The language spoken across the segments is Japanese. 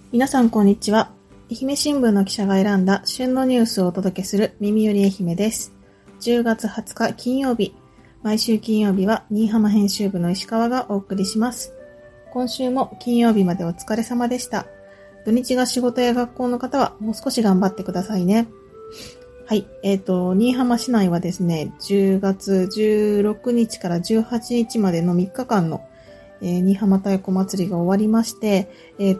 皆さんこんにちは。愛媛新聞の記者が選んだ旬のニュースをお届けする耳より愛媛です。10月20日金曜日、毎週金曜日は新居浜編集部の石川がお送りします。今週も金曜日までお疲れ様でした。土日が仕事や学校の方はもう少し頑張ってくださいね。はい、新居浜市内はですね、10月16日から18日までの3日間の新居浜太鼓祭りが終わりまして、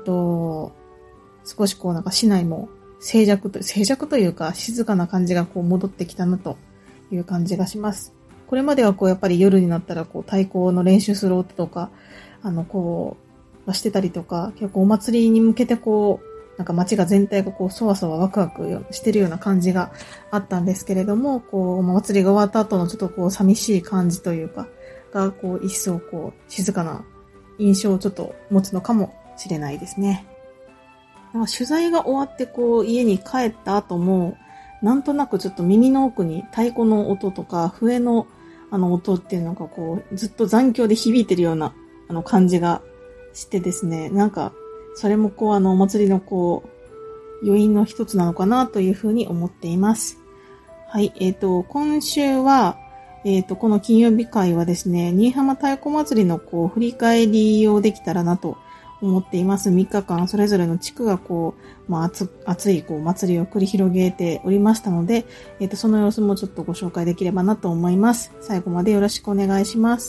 少し市内も静寂というか静かな感じが戻ってきたなという感じがします。これまではやっぱり夜になったら太鼓の練習する音とか、してたりとか、結構お祭りに向けて街が全体がそわそわワクワクしてるような感じがあったんですけれども、お祭りが終わった後のちょっと寂しい感じというか、が一層静かな印象をちょっと持つのかもしれないですね。取材が終わって家に帰った後も、なんとなくちょっと耳の奥に太鼓の音とか笛の音っていうのがずっと残響で響いてるような感じがしてですね、それもお祭りの余韻の一つなのかなというふうに思っています。はい、今週はこの金曜日会はですね、新居浜太鼓祭りの振り返りをできたらなと思っています。3日間それぞれの地区が熱い祭りを繰り広げておりましたので、その様子もちょっとご紹介できればなと思います。最後までよろしくお願いします。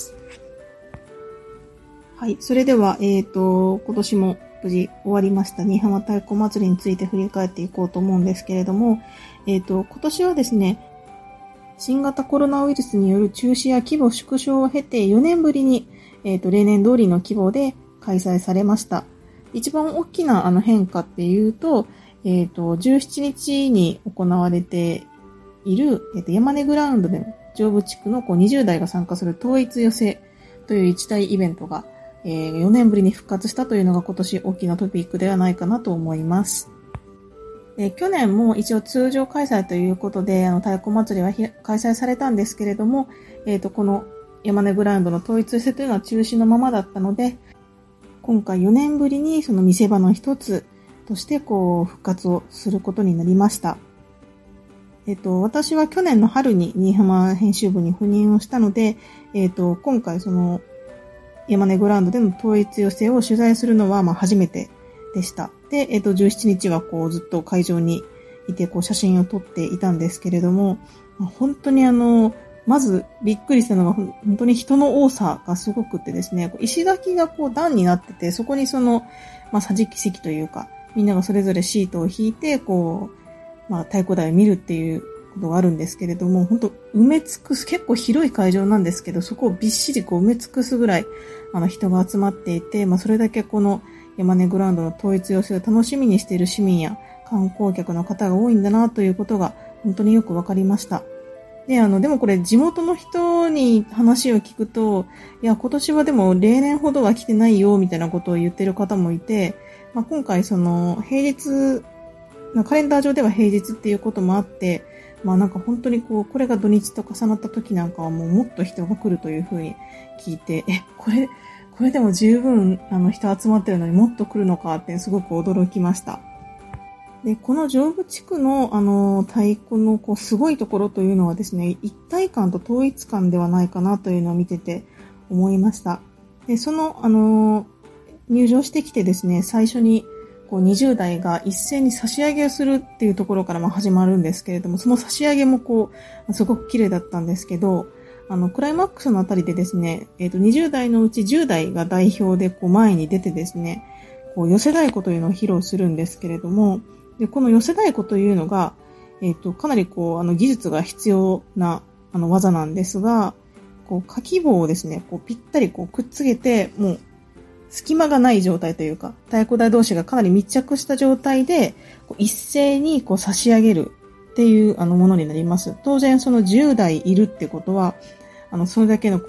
はい、それでは今年も無事終わりました新居浜太鼓祭りについて振り返っていこうと思うんですけれども、今年はですね、新型コロナウイルスによる中止や規模縮小を経て4年ぶりに、例年通りの規模で開催されました。一番大きな変化っていうと、17日に行われている、山根グラウンドでの上部地区の20代が参加する統一寄せという一大イベントが、4年ぶりに復活したというのが今年大きなトピックではないかなと思います。去年も一応通常開催ということで太鼓祭りは開催されたんですけれども、この山根グラウンドの統一寄せというのは中止のままだったので、今回4年ぶりにその見せ場の一つとして復活をすることになりました。私は去年の春に新居浜編集部に赴任をしたので、今回その山根グラウンドでの統一寄せを取材するのは初めてでした。で、17日はずっと会場にいて写真を撮っていたんですけれども、本当にまずびっくりしたのが本当に人の多さがすごくてですね、石垣が段になってて、そこに桟敷席というか、みんながそれぞれシートを引いて、太鼓台を見るっていうことがあるんですけれども、本当埋め尽くす、結構広い会場なんですけど、そこをびっしり埋め尽くすぐらい、人が集まっていて、それだけこの山根グラウンドの統一寄せを楽しみにしている市民や観光客の方が多いんだなということが本当によくわかりました。でもこれ地元の人に話を聞くと、いや、今年はでも例年ほどは来てないよ、みたいなことを言ってる方もいて、今回その平日、カレンダー上では平日っていうこともあって、本当にこれが土日と重なった時なんかはもっと人が来るというふうに聞いて、これでも十分人集まってるのにもっと来るのかってすごく驚きました。で、この上部地区の太鼓のすごいところというのはですね、一体感と統一感ではないかなというのを見てて思いました。で、その入場してきてですね、最初に20代が一斉に差し上げをするっていうところから始まるんですけれども、その差し上げもすごく綺麗だったんですけど、クライマックスのあたりでですね、20代のうち10代が代表で前に出てですね、寄せ太鼓というのを披露するんですけれども、で、この寄せ太鼓というのが、かなり技術が必要な技なんですが、かき棒をですね、ぴったりくっつけて、もう隙間がない状態というか、太鼓台同士がかなり密着した状態で、一斉に差し上げるっていうものになります。当然その10台いるってことは、それだけの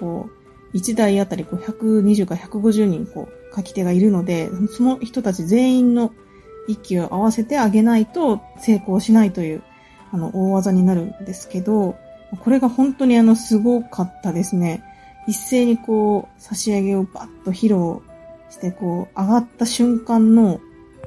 1台あたり120から150人書き手がいるので、その人たち全員の息を合わせてあげないと成功しないという大技になるんですけど、これが本当にすごかったですね。一斉に差し上げをバッと披露して上がった瞬間の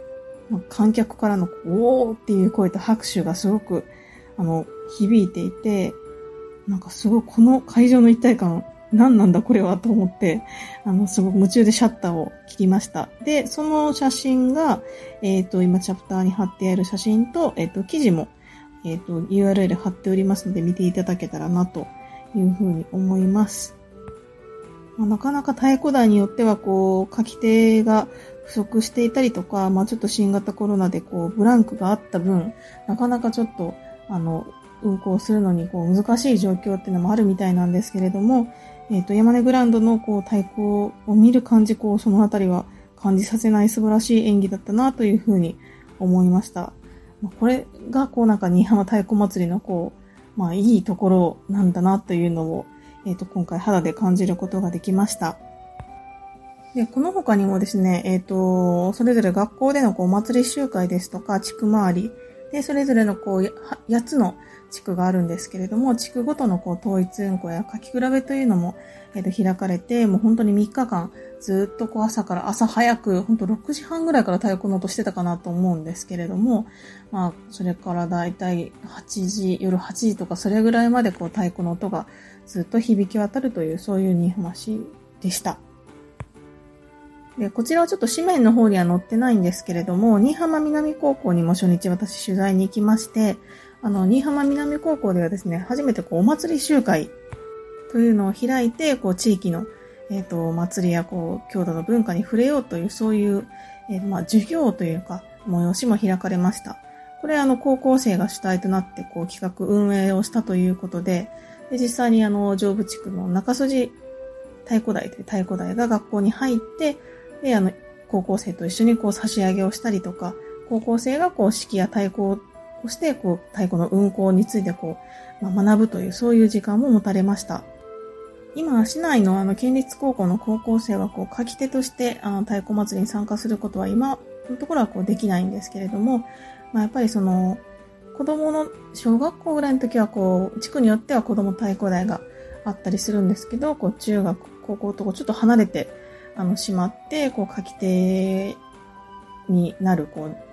観客からのおーっていう声と拍手がすごく、響いていて、すごいこの会場の一体感、何なんだこれはと思って、すごく夢中でシャッターを切りました。で、その写真が、今チャプターに貼ってある写真と、記事も、URL 貼っておりますので見ていただけたらなというふうに思います。なかなか太鼓台によっては書き手が不足していたりとか、ちょっと新型コロナでブランクがあった分、なかなかちょっと、運行するのに難しい状況っていうのもあるみたいなんですけれども、山根グランドの太鼓を見る感じ、そのあたりは感じさせない素晴らしい演技だったなというふうに思いました。これが新居浜太鼓祭りのいいところなんだなというのを、今回肌で感じることができました。で、この他にもですね、それぞれ学校でのお祭り集会ですとか、地区回りで、それぞれの8つの地区があるんですけれども、地区ごとの統一運行や書き比べというのも、開かれて、もう本当に3日間ずっと朝早く、本当6時半ぐらいから太鼓の音してたかなと思うんですけれども、それからだいたい夜8時とかそれぐらいまで太鼓の音がずっと響き渡るという、そういう新居浜市でした。で、こちらはちょっと紙面の方には載ってないんですけれども、新居浜南高校にも初日私取材に行きまして、新居浜南高校ではですね、初めてお祭り集会というのを開いて、地域の、祭りや郷土の文化に触れようという、そういう、授業というか、催しも開かれました。これ高校生が主体となって企画運営をしたということで、実際に上部地区の中筋太鼓台という太鼓台が学校に入って、で、高校生と一緒に差し上げをしたりとか、高校生が指揮や太鼓をして、太鼓の運行について学ぶという、そういう時間も持たれました。今、市内の県立高校の高校生は書き手として太鼓祭りに参加することは今のところはできないんですけれども、やっぱり子供の小学校ぐらいの時は地区によっては子供太鼓台があったりするんですけど、中学、高校とちょっと離れてしまって、書き手になる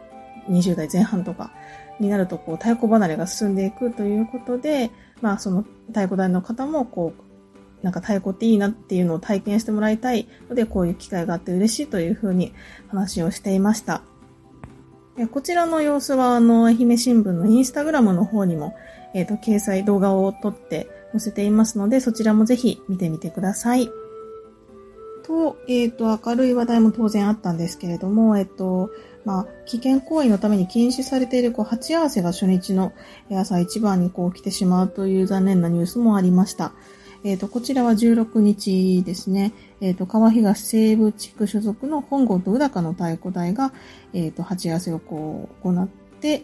20代前半とかになると太鼓離れが進んでいくということで、その太鼓台の方も太鼓っていいなっていうのを体験してもらいたいので、こういう機会があって嬉しいというふうに話をしていました。こちらの様子は愛媛新聞のインスタグラムの方にも掲載動画を撮って載せていますので、そちらもぜひ見てみてください。と、明るい話題も当然あったんですけれども、危険行為のために禁止されている鉢合わせが初日の朝一番に来てしまうという残念なニュースもありました。こちらは16日ですね、川東西部地区所属の本郷と宇高の太鼓台が、鉢合わせを行って、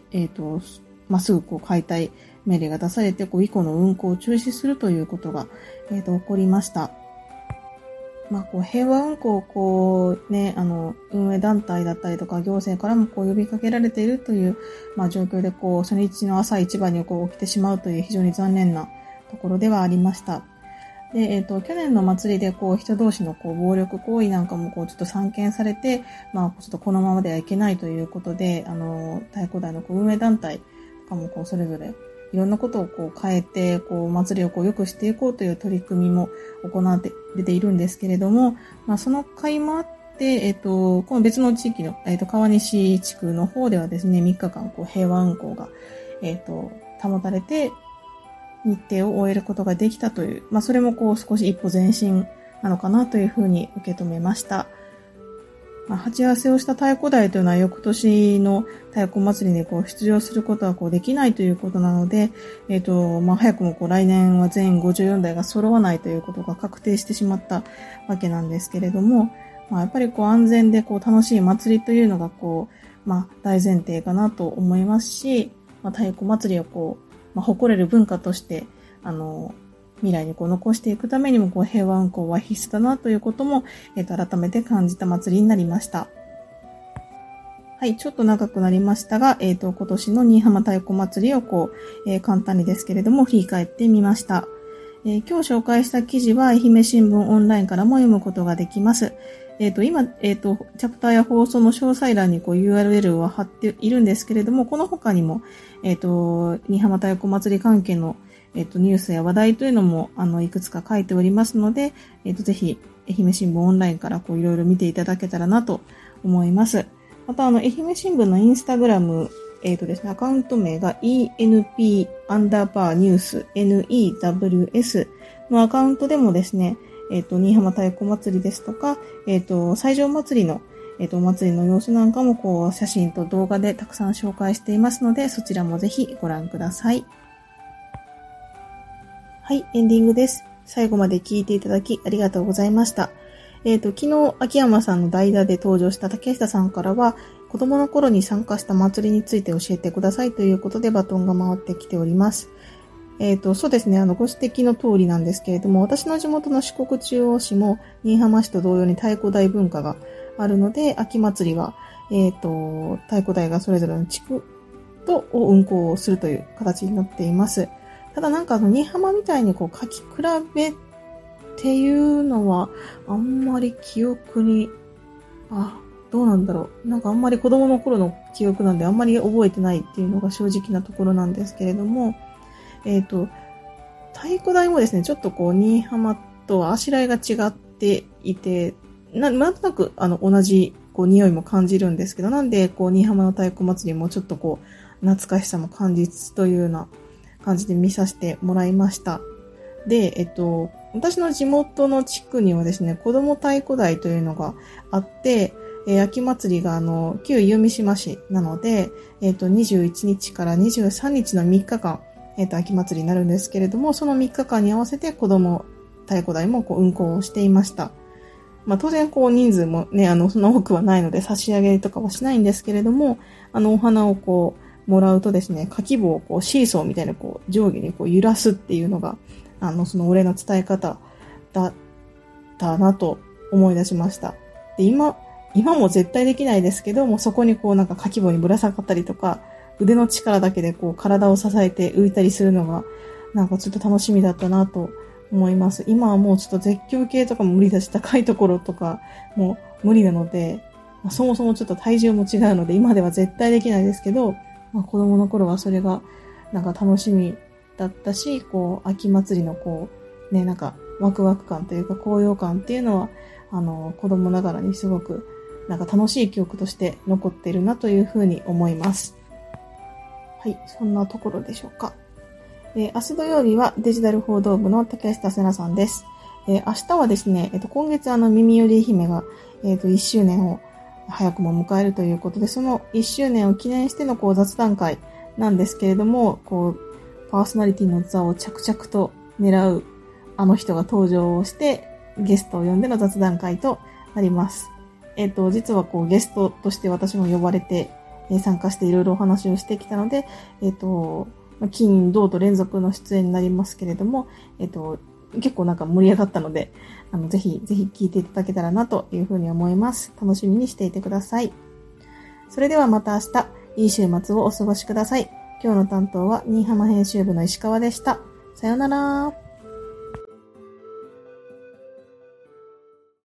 すぐ解体命令が出されて、以降の運行を中止するということが、起こりました。平和運行を運営団体だったりとか行政からも呼びかけられているという、状況で初日の朝一番に起きてしまうという非常に残念なところではありました。で、去年の祭りで人同士の暴力行為なんかもちょっと散見されて、ちょっとこのままではいけないということで、太鼓台の運営団体とかもそれぞれいろんなことを変えて、祭りを良くしていこうという取り組みも行って出ているんですけれども、その会もあって、この別の地域の、川西地区の方ではですね、3日間平和運行が、保たれて、日程を終えることができたという、それも少し一歩前進なのかなというふうに受け止めました。鉢合わせをした太鼓台というのは翌年の太鼓祭りに出場することはできないということなので、早くも来年は全54台が揃わないということが確定してしまったわけなんですけれども、やっぱり安全で楽しい祭りというのが大前提かなと思いますし、太鼓祭りを誇れる文化として未来に残していくためにも平和運行は必須だなということも、改めて感じた祭りになりました。はい、ちょっと長くなりましたが、今年の新居浜太鼓祭りを簡単にですけれども振り返ってみました。今日紹介した記事は愛媛新聞オンラインからも読むことができます。 今、チャプターや放送の詳細欄にURL は貼っているんですけれども、この他にも、新居浜太鼓祭り関係の、ニュースや話題というのも、いくつか書いておりますので、ぜひ、愛媛新聞オンラインからいろいろ見ていただけたらなと思います。また、愛媛新聞のインスタグラム、ですね、アカウント名が ENP_news NEWS のアカウントでもですね、新居浜太鼓祭りですとか、西条祭りの、お祭りの様子なんかも写真と動画でたくさん紹介していますので、そちらもぜひご覧ください。はい、エンディングです。最後まで聞いていただきありがとうございました。昨日、秋山さんの代打で登場した竹下さんからは、子供の頃に参加した祭りについて教えてくださいということでバトンが回ってきております。そうですね、ご指摘の通りなんですけれども、私の地元の四国中央市も、新居浜市と同様に太鼓台文化があるので、秋祭りは、太鼓台がそれぞれの地区と運行をするという形になっています。ただ新居浜みたいに書き比べっていうのは、あんまり記憶に、どうなんだろう。あんまり子供の頃の記憶なんであんまり覚えてないっていうのが正直なところなんですけれども、太鼓台もですね、ちょっと新居浜とはあしらいが違っていて、なんとなく同じ匂いも感じるんですけど、なんで新居浜の太鼓祭りもちょっと懐かしさも感じつつというような感じで見させてもらいました。で、私の地元の地区にはですね、子供太鼓台というのがあって、秋祭りが旧湯見島市なので、21日から23日の3日間、秋祭りになるんですけれども、その3日間に合わせて子供太鼓台も運行をしていました。当然人数もね、そんな多くはないので差し上げとかはしないんですけれども、お花をもらうとですね、かき棒をシーソーみたいな上下に揺らすっていうのが、そのお礼の伝え方だったなと思い出しました。で、今も絶対できないですけども、そこにかき棒にぶら下がったりとか、腕の力だけで体を支えて浮いたりするのが、ちょっと楽しみだったなと思います。今はもうちょっと絶叫系とかも無理だし、高いところとかも無理なので、そもそもちょっと体重も違うので、今では絶対できないですけど、子供の頃はそれが楽しみだったし、秋祭りのワクワク感というか高揚感っていうのは、子供ながらにすごく楽しい記憶として残っているなというふうに思います。はい、そんなところでしょうか。明日土曜日はデジタル報道部の竹下瀬奈さんです。明日はですね、今月耳より愛媛が、1周年を早くも迎えるということで、その1周年を記念しての雑談会なんですけれども、パーソナリティの座を着々と狙うあの人が登場をして、ゲストを呼んでの雑談会となります。実はゲストとして私も呼ばれて、参加していろいろお話をしてきたので、金、土と連続の出演になりますけれども、結構盛り上がったので、ぜひ聞いていただけたらなというふうに思います。楽しみにしていてください。それではまた明日、いい週末をお過ごしください。今日の担当は新居浜編集部の石川でした。さようなら。